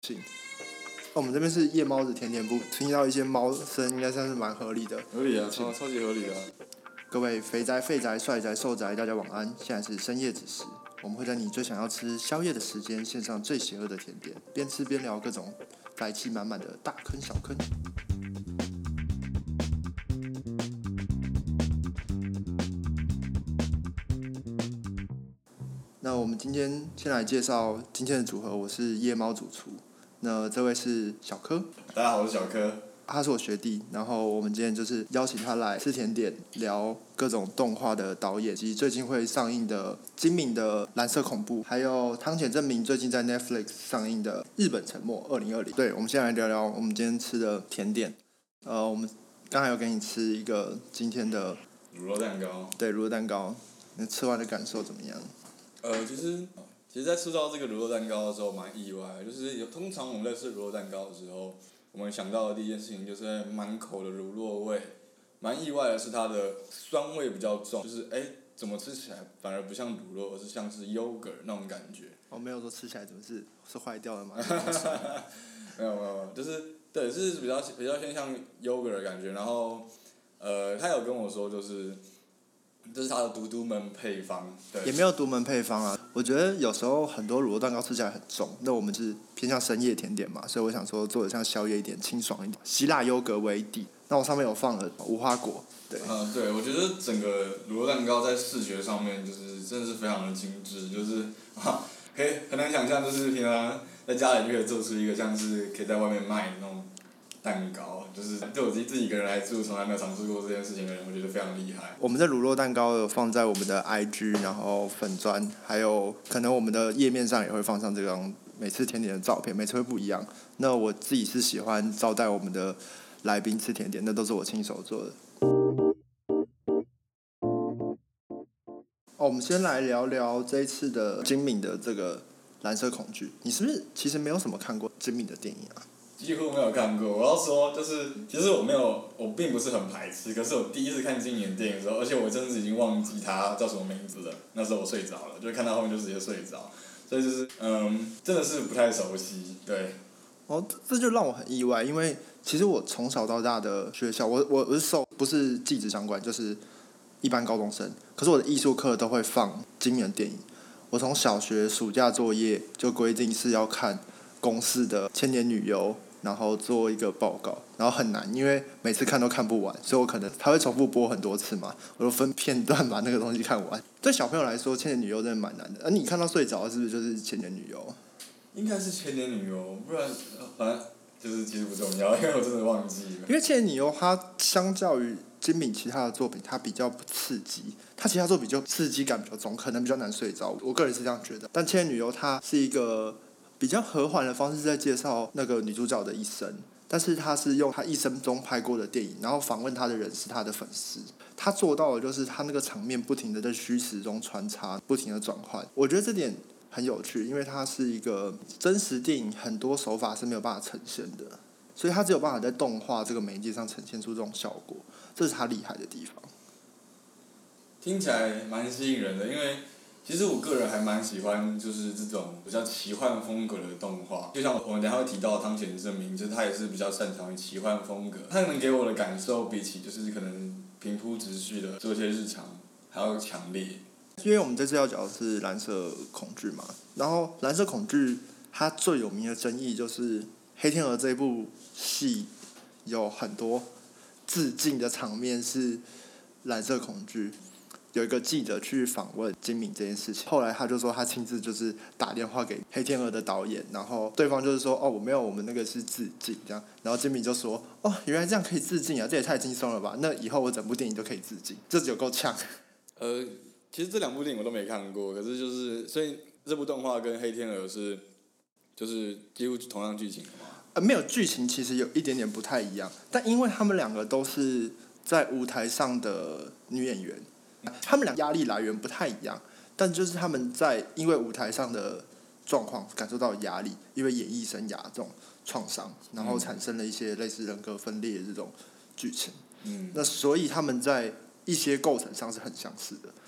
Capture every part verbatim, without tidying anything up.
行，我们这边是夜猫子甜点部，听到一些猫声，应该算是蛮合理的。 合理啊，超超级合理的、啊。 各位肥宅、废宅、帅宅、瘦宅，大家晚安。现在是深夜子时，我们会在你最想要吃宵夜的时间，献上最邪恶的甜点，边吃边聊各种宅气满满的大坑小坑。那我们今天先来介绍今天的组合，我是夜猫主厨。那这位是小柯， 大家好，我是小柯， 他是我学弟。然后我们今天就是邀请他来吃甜点，聊各种动画的导演，以及最近会上映的精明的蓝色恐怖，还有汤浅政明最近在 Netflix 上映的日本沉没二零二零。对，我们先来聊聊我们今天吃的甜点。呃，我们刚才有给你吃一个今天的乳酪蛋糕。 对，乳酪蛋糕，你吃完的感受怎么样？ 呃，其实，其实，在吃到这个乳酪蛋糕的时候，蛮意外的。就是有通常我们在吃乳酪蛋糕的时候，我们想到的第一件事情就是满口的乳酪味。蛮意外的是它的酸味比较重，就是哎，怎么吃起来反而不像乳酪，而是像是 yogurt 那种感觉。 我、哦、没有说吃起来怎么是是坏掉了吗？ 没有没有，就是对，是比较比较偏向 yogurt 的感觉。然后，呃，他有跟我说就是。这是它的独独门配方，对。 也没有独门配方啊，我觉得有时候很多乳酪蛋糕吃起来很重，那我们是偏向深夜甜点嘛，所以我想说做的像宵夜一点，清爽一点，希腊优格为底。那我上面有放了无花果，对。 嗯、呃，对，我觉得整个乳酪蛋糕在视觉上面就是真的是非常的精致，就是啊，可以很难想象，就是平常在家里就可以做出一个像是可以在外面卖的那种蛋糕。就是对我自己自己一个人来住，从来没有尝试过这件事情的人，我觉得非常厉害。 我们的乳酪蛋糕有放在我们的 I G， 然后粉专，还有可能我们的页面上也会放上这张每次甜点的照片，每次会不一样。那我自己是喜欢招待我们的来宾吃甜点，那都是我亲手做的。哦，我们先来聊聊这一次的精敏的这个蓝色恐惧。你是不是其实没有什么看过精敏的电影啊？ 几乎没有看过。我要说，就是其实我没有，我并不是很排斥。可是我第一次看今年电影的时候，而且我真的是已经忘记他叫什么名字了。那时候我睡着了，就看到后面就直接睡着，所以就是嗯，真的是不太熟悉，对。 哦，这就让我很意外，因为其实我从小到大的学校，我我我是受不是技职相关，就是一般高中生。可是我的艺术课都会放今年的电影。我从小学暑假作业就规定是要看公视的《千年女优》。然后做一个报告，然后很难，因为每次看都看不完，所以我可能他会重复播很多次嘛，我就分片段把那个东西看完。对小朋友来说，《千年女优》真的蛮难的。而、啊、你看到睡着是不是就是《千年女优》？ 应该是《千年女优》，不然反正就是其实不重要，因为我真的忘记了。 因为《千年女优》它相较于金敏其他的作品，它比较不刺激，它其他作品就刺激感比较重，可能比较难睡着。我个人是这样觉得。但《千年女优》它是一个比较和缓的方式在介绍那个女主角的一生，但是她是用她一生中拍过的电影，然后访问她的人是她的粉丝。她做到的就是她那个场面不停的在虚实中穿插，不停的转换。我觉得这点很有趣，因为它是一个真实电影，很多手法是没有办法呈现的，所以它只有办法在动画这个媒介上呈现出这种效果，这是它厉害的地方。 听起来蛮吸引人的，因为其实我个人还蛮喜欢就是这种比较奇幻风格的动画，就像我们等一下会提到汤浅政明，就是他也是比较擅长于奇幻风格，他能给我的感受比起就是可能平铺直叙的做一些日常还要强烈。 因为我们这次要讲的是蓝色恐惧嘛，然后蓝色恐惧它最有名的争议就是黑天鹅这一部戏有很多致敬的场面是蓝色恐惧。有一个记者去访问金敏这件事情，后来他就说他亲自就是打电话给黑天鹅的导演，然后对方就是说哦我没有，我们那个是致敬这样，然后金敏就说哦原来这样可以致敬啊，这也太轻松了吧，那以后我整部电影都可以致敬，这有够呛。 呃，其实这两部电影我都没看过，可是就是所以这部动画跟黑天鹅是就是几乎同样剧情的吗？ 呃，没有，剧情其实有一点点不太一样，但因为他们两个都是在舞台上的女演员。他们俩压力来源不太一样，但就是他们在因为舞台上的状况感受到压力，因为演艺生涯这种创伤，然后产生了一些类似人格分裂的这种剧情。 嗯， 那所以他们在一些构成上是很相似的。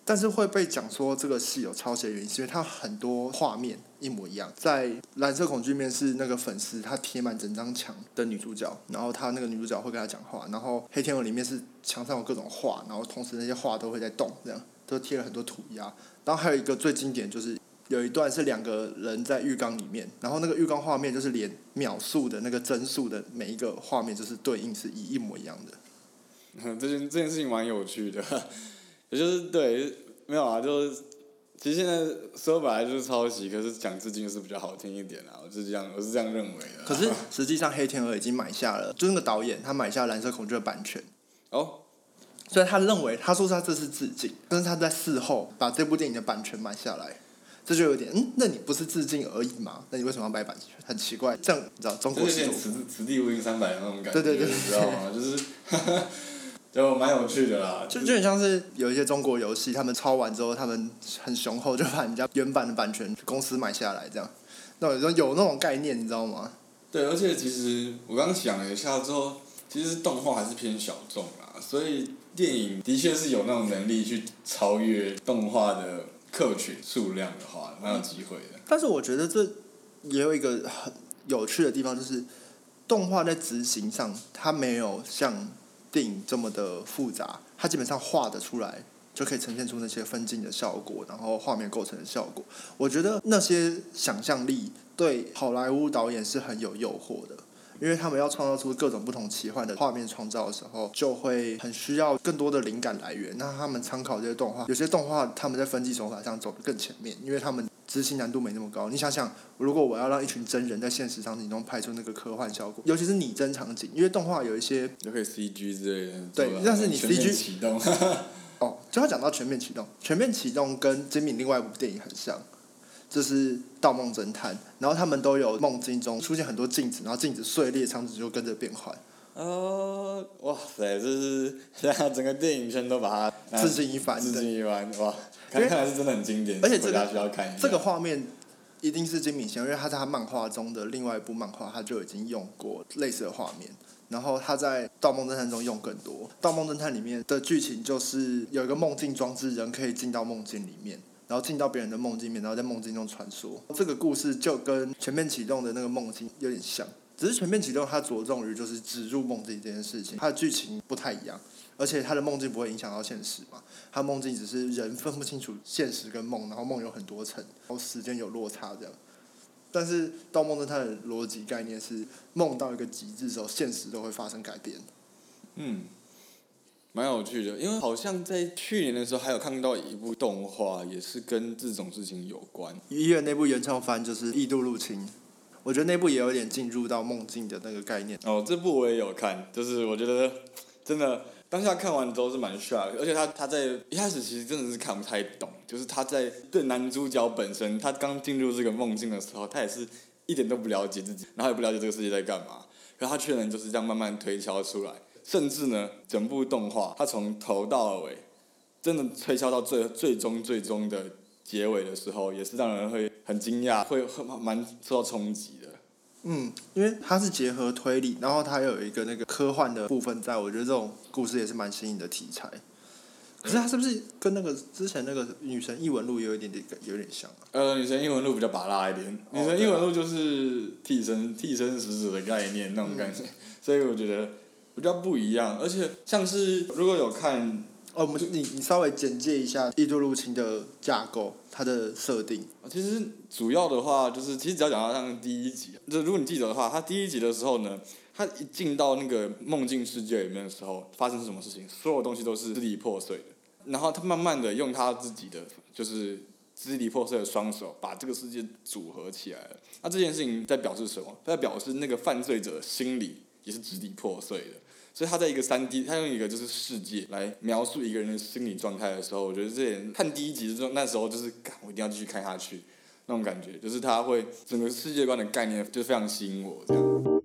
但是会被讲说这个戏有抄袭的原因，是因为它很多画面一模一样。在《蓝色恐惧》面是那个粉丝他贴满整张墙的女主角，然后他那个女主角会跟他讲话，然后《黑天鹅》里面是墙上有各种画，然后同时那些画都会在动，这样都贴了很多涂鸦。然后还有一个最经典就是有一段是两个人在浴缸里面，然后那个浴缸画面就是连秒数的那个帧数的每一个画面就是对应是一一模一样的。 嗯，这件这件事情蛮有趣的，也就是对，没有啊，就是其实现在说白了就是抄袭，可是讲致敬是比较好听一点啊，我是这样，我是这样认为的。 可是实际上，黑天鹅已经买下了，就是那个导演他买下《蓝色恐惧》的版权。 哦。 所以他认为，他说他这是致敬，但是他在事后把这部电影的版权买下来，这就有点，嗯，那你不是致敬而已吗？那你为什么要买版权？很奇怪，这样你知道中国是有点此此地无银三百的那种感觉， 对对对， 你知道吗？就是。就蛮有趣的啦， 就就很像是有一些中国游戏，他们抄完之后，他们很雄厚，就把人家原版的版权公司买下来，这样。那有有那种概念，你知道吗？ 对，而且其实我刚想了一下之后，其实动画还是偏小众啦，所以电影的确是有那种能力去超越动画的客群数量的话，蛮有机会的。 但是我觉得这也有一个很有趣的地方，就是动画在执行上，它没有像电影这么的复杂，它基本上画得出来就可以呈现出那些分镜的效果，然后画面构成的效果。我觉得那些想象力对好莱坞导演是很有诱惑的，因为他们要创造出各种不同奇幻的画面创造的时候，就会很需要更多的灵感来源。那他们参考这些动画，有些动画他们在分镜手法上走得更前面，因为他们执行难度没那么高。你想想，如果我要让一群真人在现实场景中拍出那个科幻效果，尤其是拟真场景，因为动画有一些就可以 C G 之类的。 对，但是你 C G 启动。 哦，就要讲到全面启动，全面启动跟金敏另外一部电影很像，就是《盗梦侦探》，然后他们都有梦境中出现很多镜子，然后镜子碎裂，场景就跟着变换。 哦，哇塞，这是现在整个电影圈都把它致敬一番， 致敬一番，哇，看看来是真的很经典， 而且这个需要看一下这个画面一定是金敏贤，因为他在他漫画中的另外一部漫画，他就已经用过类似的画面。然后他在《盗梦侦探》中用更多，《盗梦侦探》里面的剧情就是有一个梦境装置，人可以进到梦境里面，然后进到别人的梦境里面，然后在梦境中穿梭。这个故事就跟全面启动的那个梦境有点像，只是全面启动它着重于就是植入梦境这件事情，它的剧情不太一样，而且它的梦境不会影响到现实嘛，它梦境只是人分不清楚现实跟梦，然后梦有很多层，然后时间有落差这样。但是《盗梦侦探》的逻辑概念是，梦到一个极致的时候，现实都会发生改变。 嗯，蛮有趣的，因为好像在去年的时候还有看到一部动画，也是跟这种事情有关。 一月那部原创番就是《异度入侵》，我觉得那部也有点进入到梦境的那个概念。 哦，这部我也有看，就是我觉得真的。当下看完之后是蛮 shock， 而且他他在一开始其实真的是看不太懂，就是他在对男主角本身，他刚进入这个梦境的时候，他也是一点都不了解自己，然后也不了解这个世界在干嘛，然后他却能就是这样慢慢推敲出来，甚至呢，整部动画他从头到尾，真的推敲到最最终最终的结尾的时候，也是让人会很惊讶，会蛮受到冲击的。 嗯，因为它是结合推理，然后它有一个那个科幻的部分在，我觉得这种故事也是蛮新颖的题材。可是它是不是跟那个之前那个《女神异闻录》有一点点有点像啊？ 呃，《女神异闻录》比较拔辣一点，哦《女神异闻录》就是替身替身使者的概念那种感觉，嗯、所以我觉得比较不一样。而且像是如果有看。 哦，我们你你稍微简介一下《异度入侵》的架构，它的设定。 其实主要的话就是，其实只要讲到像第一集，就如果你记得的话，他第一集的时候呢，他一进到那个梦境世界里面的时候，发生什么事情，所有东西都是支离破碎的。然后他慢慢的用他自己的就是支离破碎的双手，把这个世界组合起来了。那这件事情在表示什么？在表示那个犯罪者心理也是支离破碎的。所以他在一个三 D， 他用一个就是世界来描述一个人的心理状态的时候，我觉得这点看第一集的时候，那时候就是，我一定要继续看下去，那种感觉，就是他会整个世界观的概念就非常吸引我这样。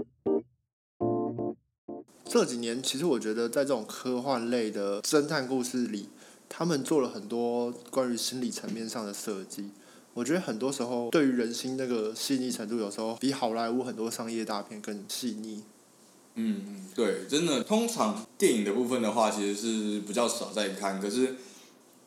这几年其实我觉得在这种科幻类的侦探故事里，他们做了很多关于心理层面上的设计。我觉得很多时候对于人心那个细腻程度，有时候比好莱坞很多商业大片更细腻。 嗯，对，真的，通常电影的部分的话，其实是比较少在看。可是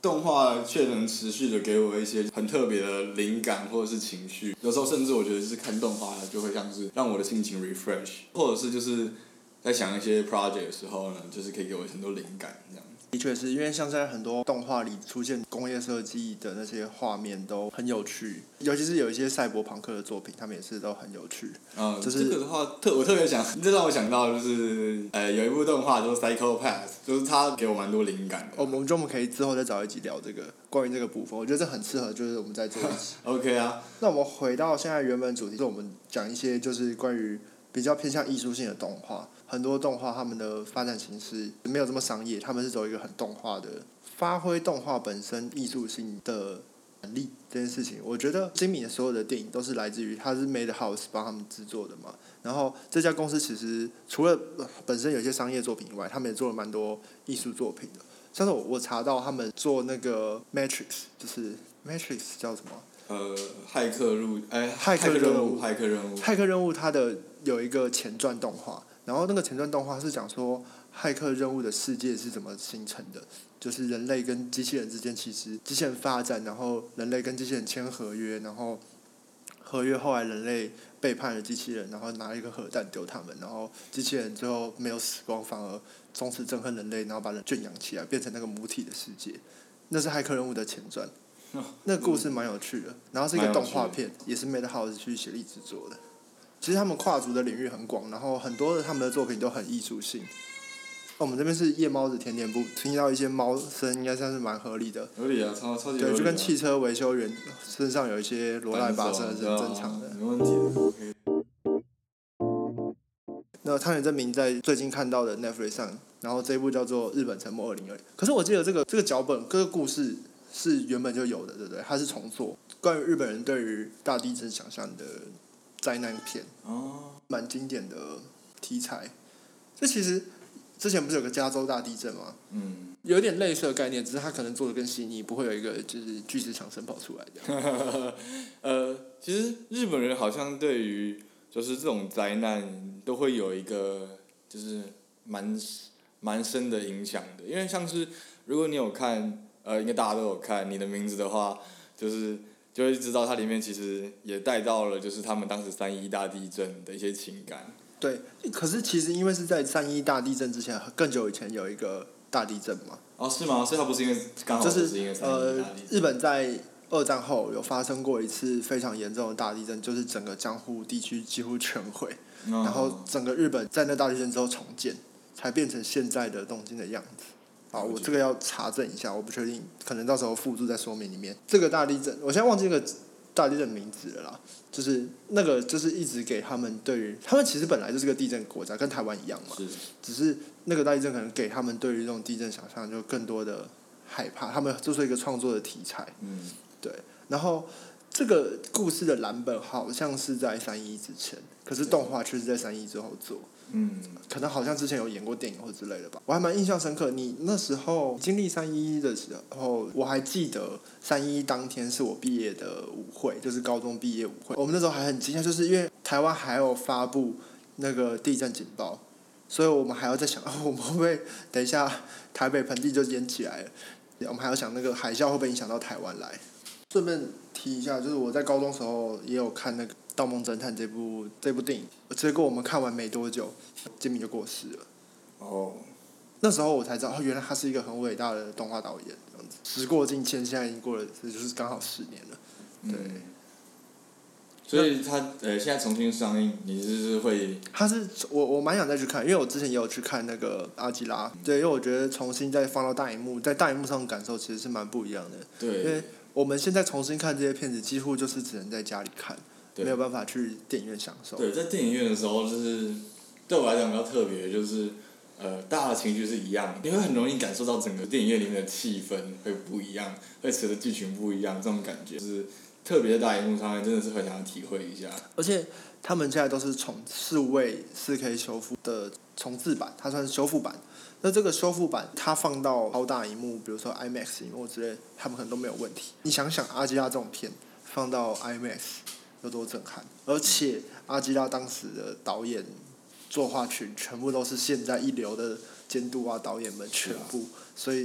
动画却能持续的给我一些很特别的灵感或者是情绪，有时候甚至我觉得就是看动画就会像是让我的心情 refresh， 或者是就是在想一些 project 的时候呢，就是可以给我很多灵感这样。 的确是因为像现在很多动画里出现工业设计的那些画面都很有趣，尤其是有一些赛博朋克的作品，他们也是都很有趣。 嗯， 就是这个的话，特我特别想，这让我想到就是呃有一部动画就是 Psycho-Pass， 就是它给我蛮多灵感的。 我们就我们可以之后再找一集聊这个关于这个部分，我觉得这很适合，就是我们再做一集。 OK 啊。 那我们回到现在原本主题，是我们讲一些就是关于比较偏向艺术性的动画。很多动画他们的发展形式没有这么商业，他们是走一个很动画的，发挥动画本身艺术性的能力这件事情。我觉得精米的所有的电影都是来自于它是 Madhouse 帮他们制作的嘛。然后这家公司其实除了本身有一些商业作品以外，他们也做了蛮多艺术作品的。像是我我查到他们做那个 Matrix， 就是 Matrix 叫什么？ 呃，骇客入哎， 骇客任务， 骇客任务， 骇客任务，它的有一个前传动画，然后那个前传动画是讲说骇客任务的世界是怎么形成的，就是人类跟机器人之间，其实机器人发展，然后人类跟机器人签合约，然后合约后来人类背叛了机器人，然后拿一个核弹丢他们，然后机器人最后没有死光，反而从此憎恨人类，然后把人圈养起来，变成那个母体的世界，那是骇客任务的前传。那个故事蛮有趣的，然后是一个动画片，也是 Madhouse 去协力制作的。其实他们跨足的领域很广，然后很多的他们的作品都很艺术性。我们这边是夜猫子甜点部，听到一些猫声应该算是蛮合理的。 合理啊，超超级合理、啊。 对，就跟汽车维修员身上有一些罗赖巴声是正常的。 没问题的 ，OK。 那汤浅政明在最近看到的 Netflix 上，然后这一部叫做《日本沉没二零二零》。可是我记得这个这个脚本、这个故事是原本就有的，对不对？它是重做，关于日本人对于大地震想象的灾难片， 哦， 蛮经典的题材。这其实之前不是有个加州大地震吗？ 嗯， 有点类似的概念，只是它可能做的更细腻，不会有一个就是巨石强森跑出来的。 呃，其实日本人好像对于就是这种灾难都会有一个就是蛮蛮深的影响的，因为像是如果你有看呃，应该大家都有看你的名字的话，就是就会知道它里面其实也带到了就是他们当时三一大地震的一些情感。 对，可是其实因为是在三一大地震之前，更久以前有一个大地震嘛。 哦，是吗？所以它不是因为刚好就是是因为三一呃大地震。 日本在二战后有发生过一次非常严重的大地震，就是整个江户地区几乎全毁， 哦、 然后整个日本在那大地震之后重建，才变成现在的东京的样子。好，我这个要查证一下，我不确定，可能到时候附注在说明里面。这个大地震，我现在忘记那个大地震名字了啦，就是那个就是一直给他们对于他们其实本来就是个地震国家，跟台湾一样嘛， 是只是那个大地震可能给他们对于这种地震想象就更多的害怕，他们就是一个创作的题材。 嗯， 对，然后这个故事的蓝本好像是在三一之前，可是动画却是在三一之后做。 嗯， 可能好像之前有演过电影或之类的吧，我还蛮印象深刻。你那时候经历三一的时候，我还记得三一当天是我毕业的舞会，就是高中毕业舞会。我们那时候还很惊讶，就是因为台湾还有发布那个地震警报，所以我们还要在想，哦，我们会不会等一下台北盆地就淹起来了？我们还要想那个海啸会不会影响到台湾来？顺便提一下，就是我在高中时候也有看那个《盗梦侦探》这部这部电影，结果我们看完没多久，金敏就过世了。 哦， 那时候我才知道，哦，原来他是一个很伟大的动画导演，这样子。时过境迁，现在已经过了，这就是刚好十年了。对。 嗯、所以他呃现在重新上映，你是不是会？ 他是我我蛮想再去看，因为我之前也有去看那个阿基拉，对，因为我觉得重新再放到大荧幕，在大荧幕上的感受其实是蛮不一样的。 对。 因为我们现在重新看这些片子，几乎就是只能在家里看，没有办法去电影院享受。 对，在电影院的时候，就是对我来讲比较特别，就是呃，大家的情绪是一样的，你会很容易感受到整个电影院里面的气氛会不一样，会随着剧情不一样，这种感觉就是特别在大荧幕上面，真的是很想要体会一下。而且他们现在都是重数位四 K 修复的重制版，它算是修复版。那这个修复版，它放到超大荧幕，比如说 IMAX 荧幕之类，他们可能都没有问题。你想想阿基拉这种片放到 IMAX 有多震撼？而且阿基拉当时的导演、作画群全部都是现在一流的监督啊导演们全部，所以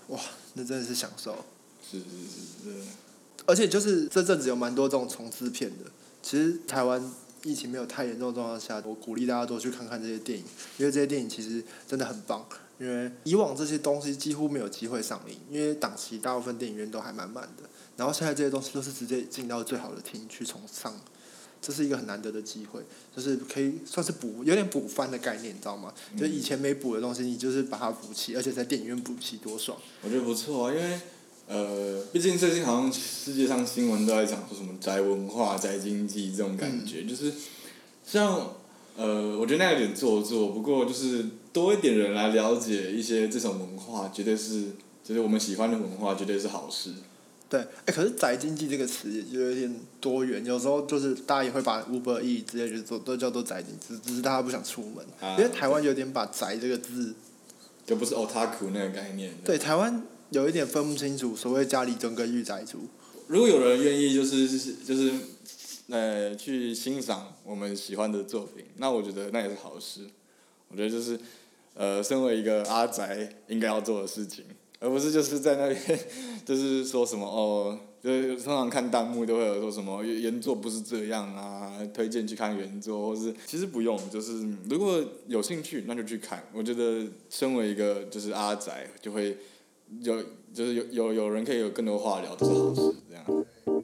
哇，那真的是享受。 是是是是。 而且就是这阵子有蛮多这种重制片的，其实台湾疫情没有太严重的状况下，我鼓励大家多去看看这些电影，因为这些电影其实真的很棒。因为以往这些东西几乎没有机会上映，因为档期大部分电影院都还蛮满的。然后现在这些东西都是直接进到最好的厅去重上，这是一个很难得的机会，就是可以算是补有点补番的概念，你知道吗？嗯、就以前没补的东西，你就是把它补齐，而且在电影院补齐，多爽！ 我觉得不错啊，因为呃，毕竟最近好像世界上新闻都在讲说什么宅文化、宅经济这种感觉，嗯、就是像呃，我觉得那有点做作，不过就是多一点人来了解一些这种文化，绝对是就是我们喜欢的文化，绝对是好事。 对，哎、欸，可是宅经济这个词也就有点多元，有时候就是大家也会把 Uber E 之类的都叫做宅经济，只是大家不想出门，啊、因为台湾有点把宅这个字， 就不是 otaku 那个概念。 对，台湾有一点分不清楚所谓家里蹲跟御宅族。 如果有人愿意就是就是呃去欣赏我们喜欢的作品，那我觉得那也是好事。我觉得就是呃，身为一个阿宅应该要做的事情。而不是就是在那边，就是说什么哦，就是通常看弹幕都会有说什么原作不是这样啊，推荐去看原作，或是其实不用，就是如果有兴趣那就去看。我觉得身为一个就是阿宅，就会有就是有有有人可以有更多话聊，都是好事，这样。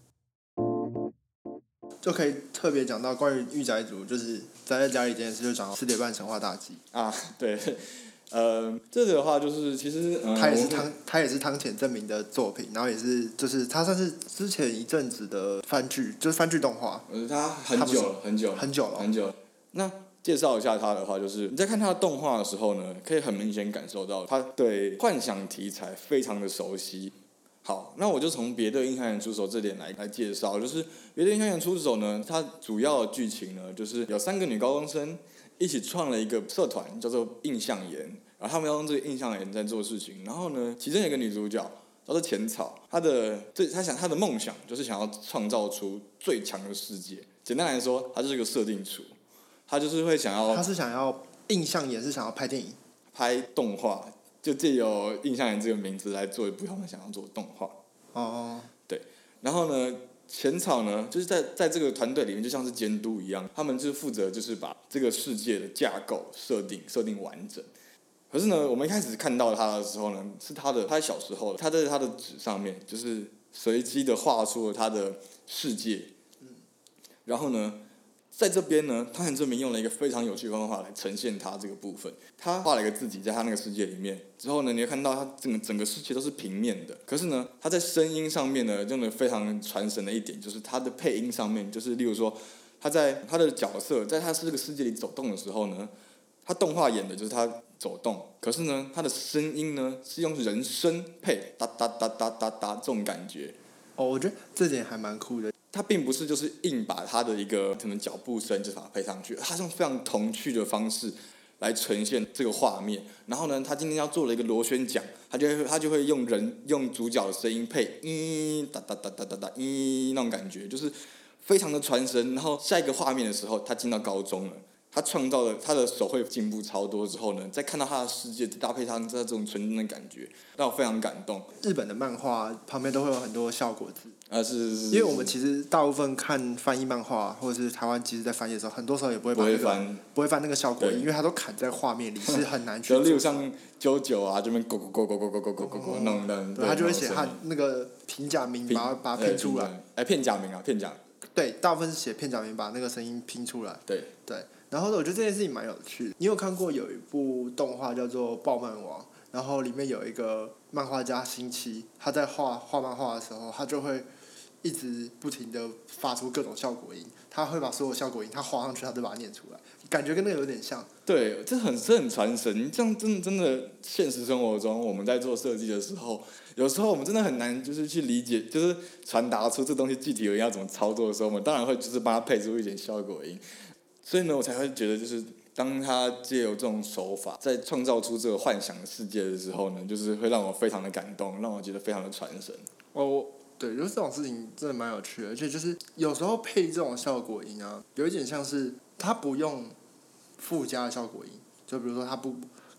就可以特别讲到关于御宅族，就是宅在家里这件事，就讲到四点半神话大祭啊，对。呃，这个的话就是其实，呃、 他也是汤，他也是汤浅政明的作品，然后也是就是他算是之前一阵子的番剧，就是番剧动画。 呃，他很久了，很久了， 很久了， 很久了。那介绍一下他的话，就是你在看他的动画的时候呢，可以很明显感受到他对幻想题材非常的熟悉。好，那我就从别的印象岩出手这点来来介绍，就是别的印象岩出手呢，它主要的剧情呢，就是有三个女高中生一起创了一个社团，叫做印象岩，然后他们要用这个印象岩在做事情。然后呢，其中有一个女主角叫做浅草，她的最她想她的梦想就是想要创造出最强的世界。简单来说，她就是个设定厨，她就是会想要。 她是想要印象岩是想要拍电影， 拍动画，就借由印象岩这个名字来做一部他们想要做的动画。 哦。 对，然后呢？浅草呢，就是在在这个团队里面，就像是监督一样，他们就负责就是把这个世界的架构设定设定完整。可是呢，我们一开始看到他的时候呢，是他的他在小时候，他在他的纸上面就是随机的画出了他的世界。然后呢，在这边呢，汤浅政明用了一个非常有趣的方法来呈现他这个部分。他画了一个自己在他那个世界里面，之后呢，你会看到他整个整个世界都是平面的。可是呢，他在声音上面呢，用的非常传神的一点，就是他的配音上面，就是例如说，他在他的角色在他这个世界里走动的时候呢，他动画演的就是他走动，可是呢，他的声音呢是用人声配，哒哒哒哒哒哒这种感觉。 哦，我觉得这点还蛮酷的。 他并不是就是硬把他的一个可能脚步声就把它配上去，他是用非常童趣的方式来呈现这个画面。然后呢，他今天要做了一个螺旋桨，他就会他就会用人用主角的声音配咦哒哒哒哒哒哒咦那种感觉，就是非常的传神。然后下一个画面的时候，他进到高中了。他创造了他的手绘进步超多之后呢，再看到他的世界，搭配他这种纯真的感觉，让我非常感动。 日本的漫画旁边都会有很多效果字啊，是是是， 因为我们其实大部分看翻译漫画，或者是台湾其实在翻译的时候，很多时候也不会把、那个、 不会翻不会翻那个效果音，因为它都砍在画面里，是很难去做。 就例如像九九啊，这边咕咕咕咕咕咕咕咕咕咕弄的， 对，他就会写他那个平假名，把它把它拼出来。 哎，片假名啊，片假。 对，大部分是写片假名，把那个声音拼出来。 对对。然后我觉得这件事情蛮有趣的。你有看过有一部动画叫做《爆漫王》，然后里面有一个漫画家星期，他在画画漫画的时候，他就会一直不停的发出各种效果音，他会把所有效果音他画上去，他就把它念出来，感觉跟那个有点像。 对，这很这很传神。这样真的真的，现实生活中我们在做设计的时候，有时候我们真的很难就是去理解，就是传达出这东西具体要怎么操作的时候，我们当然会就是帮他配出一点效果音。所以呢，我才会觉得，就是当他借由这种手法，在创造出这个幻想的世界的时候呢，就是会让我非常的感动，让我觉得非常的传神。 哦，对，就是这种事情真的蛮有趣的，而且就是有时候配这种效果音啊，有一点像是他不用附加的效果音，就比如说他不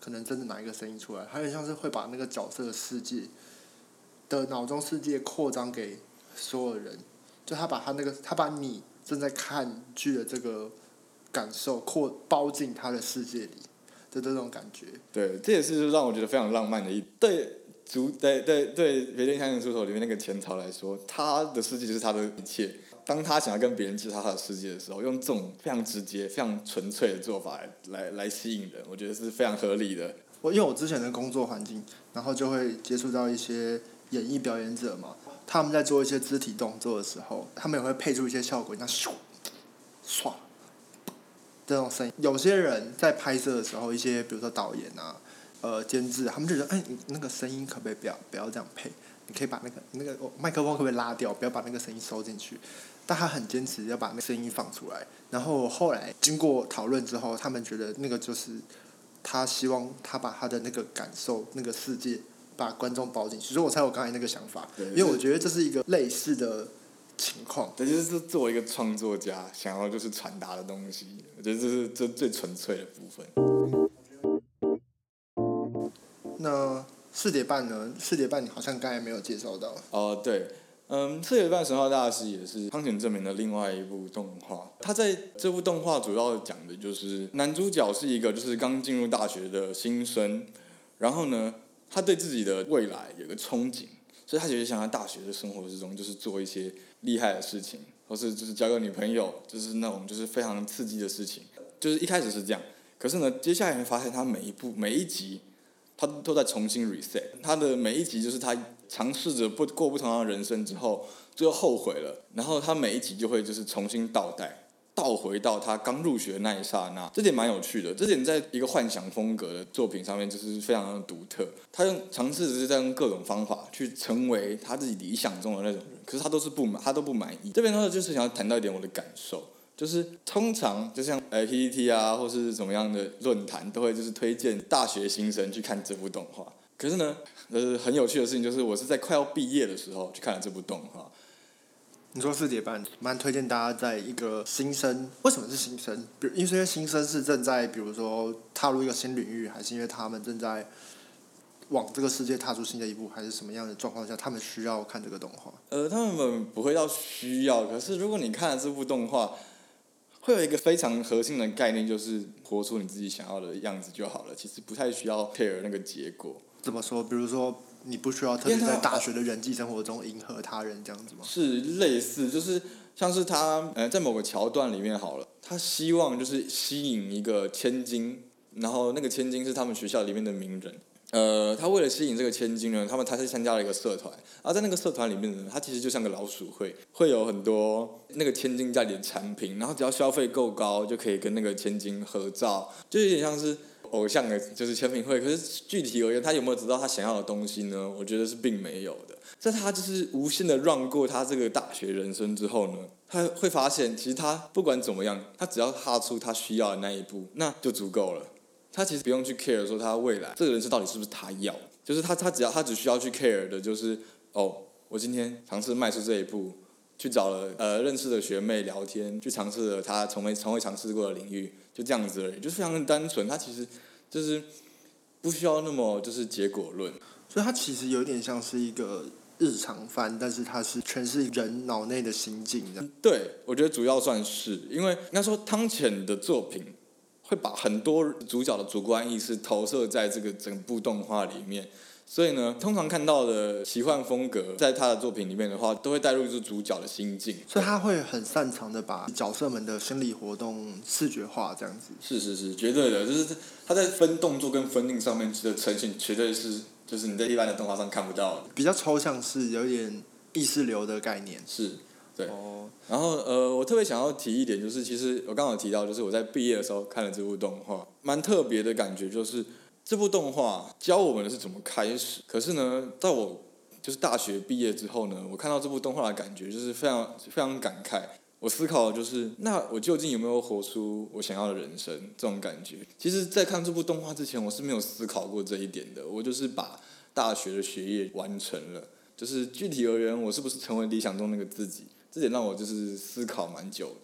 可能真的拿一个声音出来，还有像是会把那个角色的世界的脑中世界扩张给所有人，就他把他那个他把你正在看剧的这个感受扩包进他的世界里的这种感觉。 对，这也是让我觉得非常浪漫的一对主对对对《别恋香出头》里面那个前朝来说，他的世界就是他的一切。当他想要跟别人介绍他的世界的时候，用这种非常直接、非常纯粹的做法来来来吸引人，我觉得是非常合理的。 我因为我之前的工作环境，然后就会接触到一些演艺表演者嘛，他们在做一些肢体动作的时候，他们也会配出一些效果，像咻、唰这种声音。有些人在拍摄的时候，一些比如说导演啊、呃监制，他们就觉得，哎，你那个声音可不可以不要不要这样配？你可以把那个那个麦克风可不可以拉掉，不要把那个声音收进去？但他很坚持要把那个声音放出来。然后后来经过讨论之后，他们觉得那个就是他希望他把他的那个感受、那个世界把观众包进去，所以我才有刚才那个想法。因为我觉得这是一个类似的情况。 对，就是作为一个创作家想要就是传达的东西，我觉得这是这最纯粹的部分。 那四叠半呢？四叠半你好像刚才没有介绍到。 哦、呃，对。嗯，四叠半神话大师也是汤浅政明的另外一部动画。他在这部动画主要讲的就是男主角是一个就是刚进入大学的新生，然后呢，他对自己的未来有个憧憬，所以他其实想在大学的生活之中就是做一些厉害的事情，或是就是交个女朋友，就是那种就是非常刺激的事情。就是一开始是这样，可是呢，接下来会发现他每一部每一集，他都在重新 reset。他的每一集就是他尝试着不过不同样的人生之后，最后后悔了，然后他每一集就会就是重新倒带，倒回到他刚入学的那一刹那。这点蛮有趣的，这点在一个幻想风格的作品上面就是非常的独特。他用尝试着在用各种方法去成为他自己理想中的那种人，可是他都是不满，他都不满意。这边呢就是想要谈到一点我的感受。就是通常就像呃 P T T 啊，或是怎么样的论坛，都会就是推荐大学新生去看这部动画。可是呢，呃，很有趣的事情就是，我是在快要毕业的时候去看了这部动画。 你说四叠半，蛮推荐大家在一个新生，为什么是新生？比如因为新生是正在比如说踏入一个新领域，还是因为他们正在往这个世界踏出新的一步，还是什么样的状况下，他们需要看这个动画？ 呃，他们不会到需要，可是如果你看了这部动画，会有一个非常核心的概念，就是活出你自己想要的样子就好了。其实不太需要 care 那个结果。 怎么说？比如说，你不需要特别在大学的人际生活中迎合他人这样子吗？ 是类似，就是像是他呃，在某个桥段里面好了，他希望就是吸引一个千金，然后那个千金是他们学校里面的名人。呃，他为了吸引这个千金呢，他们他是参加了一个社团，而在那个社团里面呢，他其实就像个老鼠会，会有很多那个千金家里的产品，然后只要消费够高，就可以跟那个千金合照，就有点像是偶像的，就是签名会。可是具体而言，他有没有得到他想要的东西呢？我觉得是并没有的。在他就是无限的 run 过他这个大学人生之后呢，他会发现，其实他不管怎么样，他只要踏出他需要的那一步，那就足够了。他其实不用去 care 说他未来这个人生到底是不是他要，就是他他只要他只需要去 care 的就是哦，我今天尝试迈出这一步，去找了呃认识的学妹聊天，去尝试了他从未从未尝试过的领域，就这样子而已，就是非常的单纯。他其实就是不需要那么就是结果论， 所以他其实有点像是一个日常番，但是它是全是人脑内的心境这样。 对，我觉得主要算是因为应该说汤浅的作品会把很多主角的主观意识投射在这个整部动画里面，所以呢，通常看到的奇幻风格，在他的作品里面的话，都会带入就是主角的心境， 所以他会很擅长的把角色们的心理活动视觉化，这样子。 是是是，绝对的，就是他在分动作跟分镜上面的呈现，绝对是就是你在一般的动画上看不到的， 比较抽象式，有点意识流的概念。 是，对。 哦。 然后呃，我特别想要提一点，就是其实我刚好提到，就是我在毕业的时候看了这部动画，蛮特别的感觉，就是这部动画教我们的是怎么开始。可是呢，在我就是大学毕业之后呢，我看到这部动画的感觉就是非常非常感慨。我思考的就是，那我究竟有没有活出我想要的人生？这种感觉，其实，在看这部动画之前，我是没有思考过这一点的。我就是把大学的学业完成了，就是具体而言，我是不是成为理想中那个自己？这点让我就是思考蛮久的。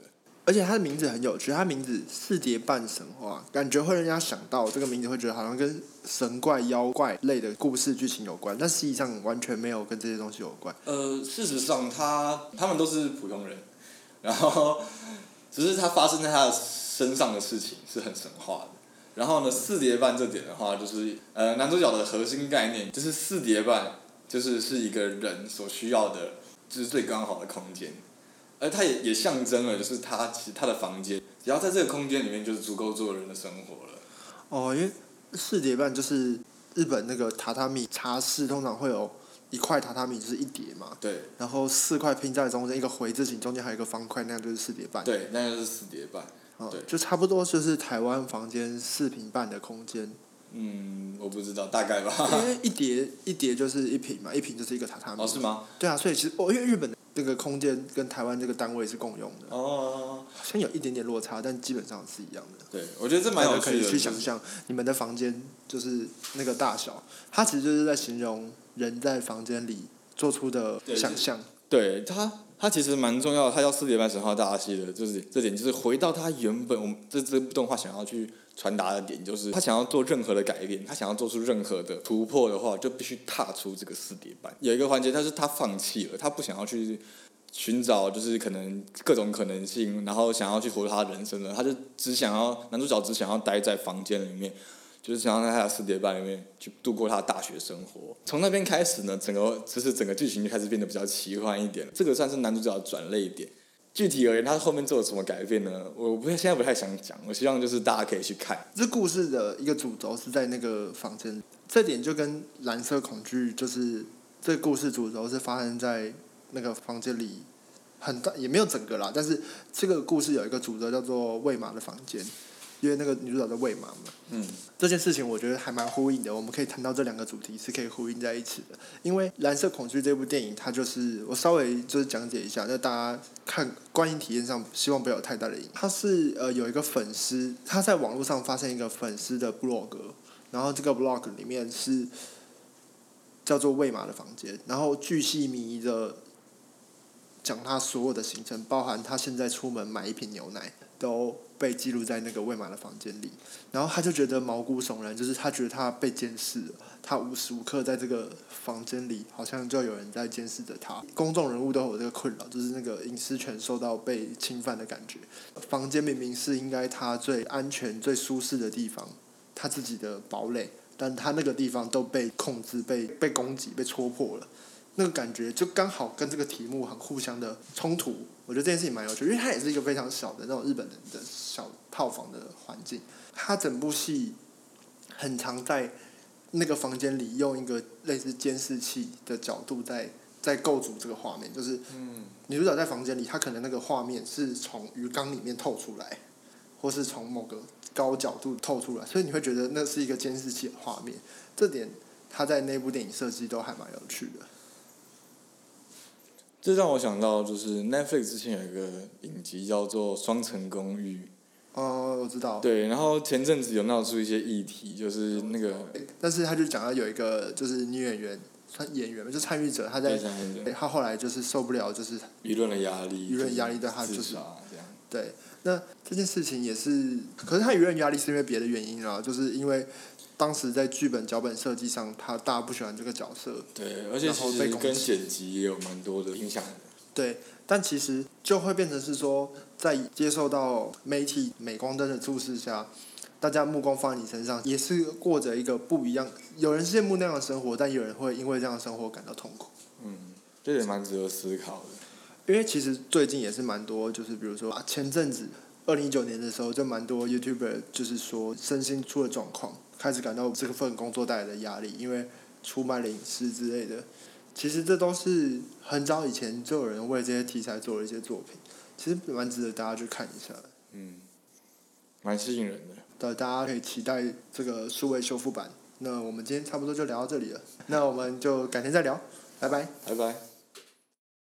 而且它的名字很有趣，它名字四叠半神话，感觉会让人家想到这个名字会觉得好像跟神怪、妖怪类的故事剧情有关，但实际上完全没有跟这些东西有关。 呃，事实上他他们都是普通人，然后只是他发生在他的身上的事情是很神话的。然后呢，四叠半这点的话，就是呃男主角的核心概念就是四叠半，就是是一个人所需要的，就是最刚好的空间。而它也也象征了，就是他其实他的房间，只要在这个空间里面，就是足够做人的生活了。 哦，因为四叠半就是日本那个榻榻米茶室，通常会有一块榻榻米就是一叠嘛。 对。 然后四块拼在中间，一个回字形，中间还有一个方块，那样就是四叠半。 对，那就是四叠半。 哦， 对， 就差不多就是台湾房间四平半的空间。 嗯，我不知道，大概吧。 因为一叠一叠就是一平嘛，一平就是一个榻榻米。 哦，是吗？ 对啊，所以其实哦，因为日本的这个空间跟台湾这个单位是共用的。 哦。 好像有一点点落差，但基本上是一样的。 对，我觉得这蛮有趣的。 可以去想象你们的房间就是那个大小，它其实就是在形容人在房间里做出的想象。 对，它它其实蛮重要的，它叫四叠半神话大戏的，就是这点，就是回到它原本我们这这部动画想要去传达的点，就是他想要做任何的改变，他想要做出任何的突破的话，就必须踏出这个四叠半。有一个环节，他是他放弃了，他不想要去寻找，就是可能各种可能性，然后想要去活他人生了，他就只想要男主角只想要待在房间里面。就是想要在他的四叠半里面去度过他的大学生活。从那边开始呢，整个就是整个剧情就开始变得比较奇幻一点。这个算是男主角的转捩点。具体而言，他后面做了什么改变呢？我不现在不太想讲，我希望就是大家可以去看。 这故事的一个主轴是在那个房间，这点就跟蓝色恐惧就是这个故事主轴是发生在那个房间里，很大也没有整个啦，但是这个故事有一个主轴叫做喂马的房间。因为那个女主角在喂马嘛， 嗯， 这件事情我觉得还蛮呼应的。我们可以谈到这两个主题是可以呼应在一起的。因为《蓝色恐惧》这部电影，它就是我稍微就是讲解一下，那大家看观影体验上希望不要有太大的影响。它是呃有一个粉丝，他在网络上发现一个粉丝的 blog， 然后这个 blog 里面是叫做喂马的房间，然后巨细靡遗的讲他所有的行程，包含他现在出门买一瓶牛奶都被记录在那个喂马的房间里，然后他就觉得毛骨悚然，就是他觉得他被监视了，他无时无刻在这个房间里，好像就有人在监视着他。公众人物都有这个困扰，就是那个隐私权受到被侵犯的感觉。房间明明是应该他最安全、最舒适的地方，他自己的堡垒，但他那个地方都被控制、被被攻击、被戳破了。那个感觉就刚好跟这个题目很互相的冲突，我觉得这件事情蛮有趣，因为它也是一个非常小的那种日本人的小套房的环境，它整部戏很常在那个房间里用一个类似监视器的角度在在构筑这个画面，就是女主角在房间里，她可能那个画面是从鱼缸里面透出来，或是从某个高角度透出来，所以你会觉得那是一个监视器的画面，这点她在那部电影设计都还蛮有趣的。 这让我想到，就是 Netflix 之前有一个影集叫做《双层公寓》。 哦，我知道。 对，然后前阵子有闹出一些议题，就是那个。 但是他就讲到有一个就是女演员，算演员嘛，就参与者，他在，他后来就是受不了，就是舆论的压力。 舆论压力对他就是这样。 对，那这件事情也是，可是他舆论压力是因为别的原因啦，就是因为。当时在剧本脚本设计上，他大家不喜欢这个角色。 对，而且其实跟剪辑也有蛮多的影响的。 对，但其实就会变成是说，在接受到媒体镁光灯的注视下，大家目光放在你身上，也是过着一个不一样。有人羡慕那样的生活，但有人会因为这样的生活感到痛苦。 嗯，这也蛮值得思考的。因为其实最近也是蛮多，就是比如说啊，前阵子二零一九年的时候，就蛮多 YouTuber 就是说身心出了状况。开始感到这份工作带来的压力，因为出卖了隐私之类的。其实这都是很早以前就有人为这些题材做了一些作品，其实蛮值得大家去看一下的。 嗯，蛮吸引人的。 对，大家可以期待这个数位修复版。那我们今天差不多就聊到这里了，那我们就改天再聊，拜拜。 拜拜。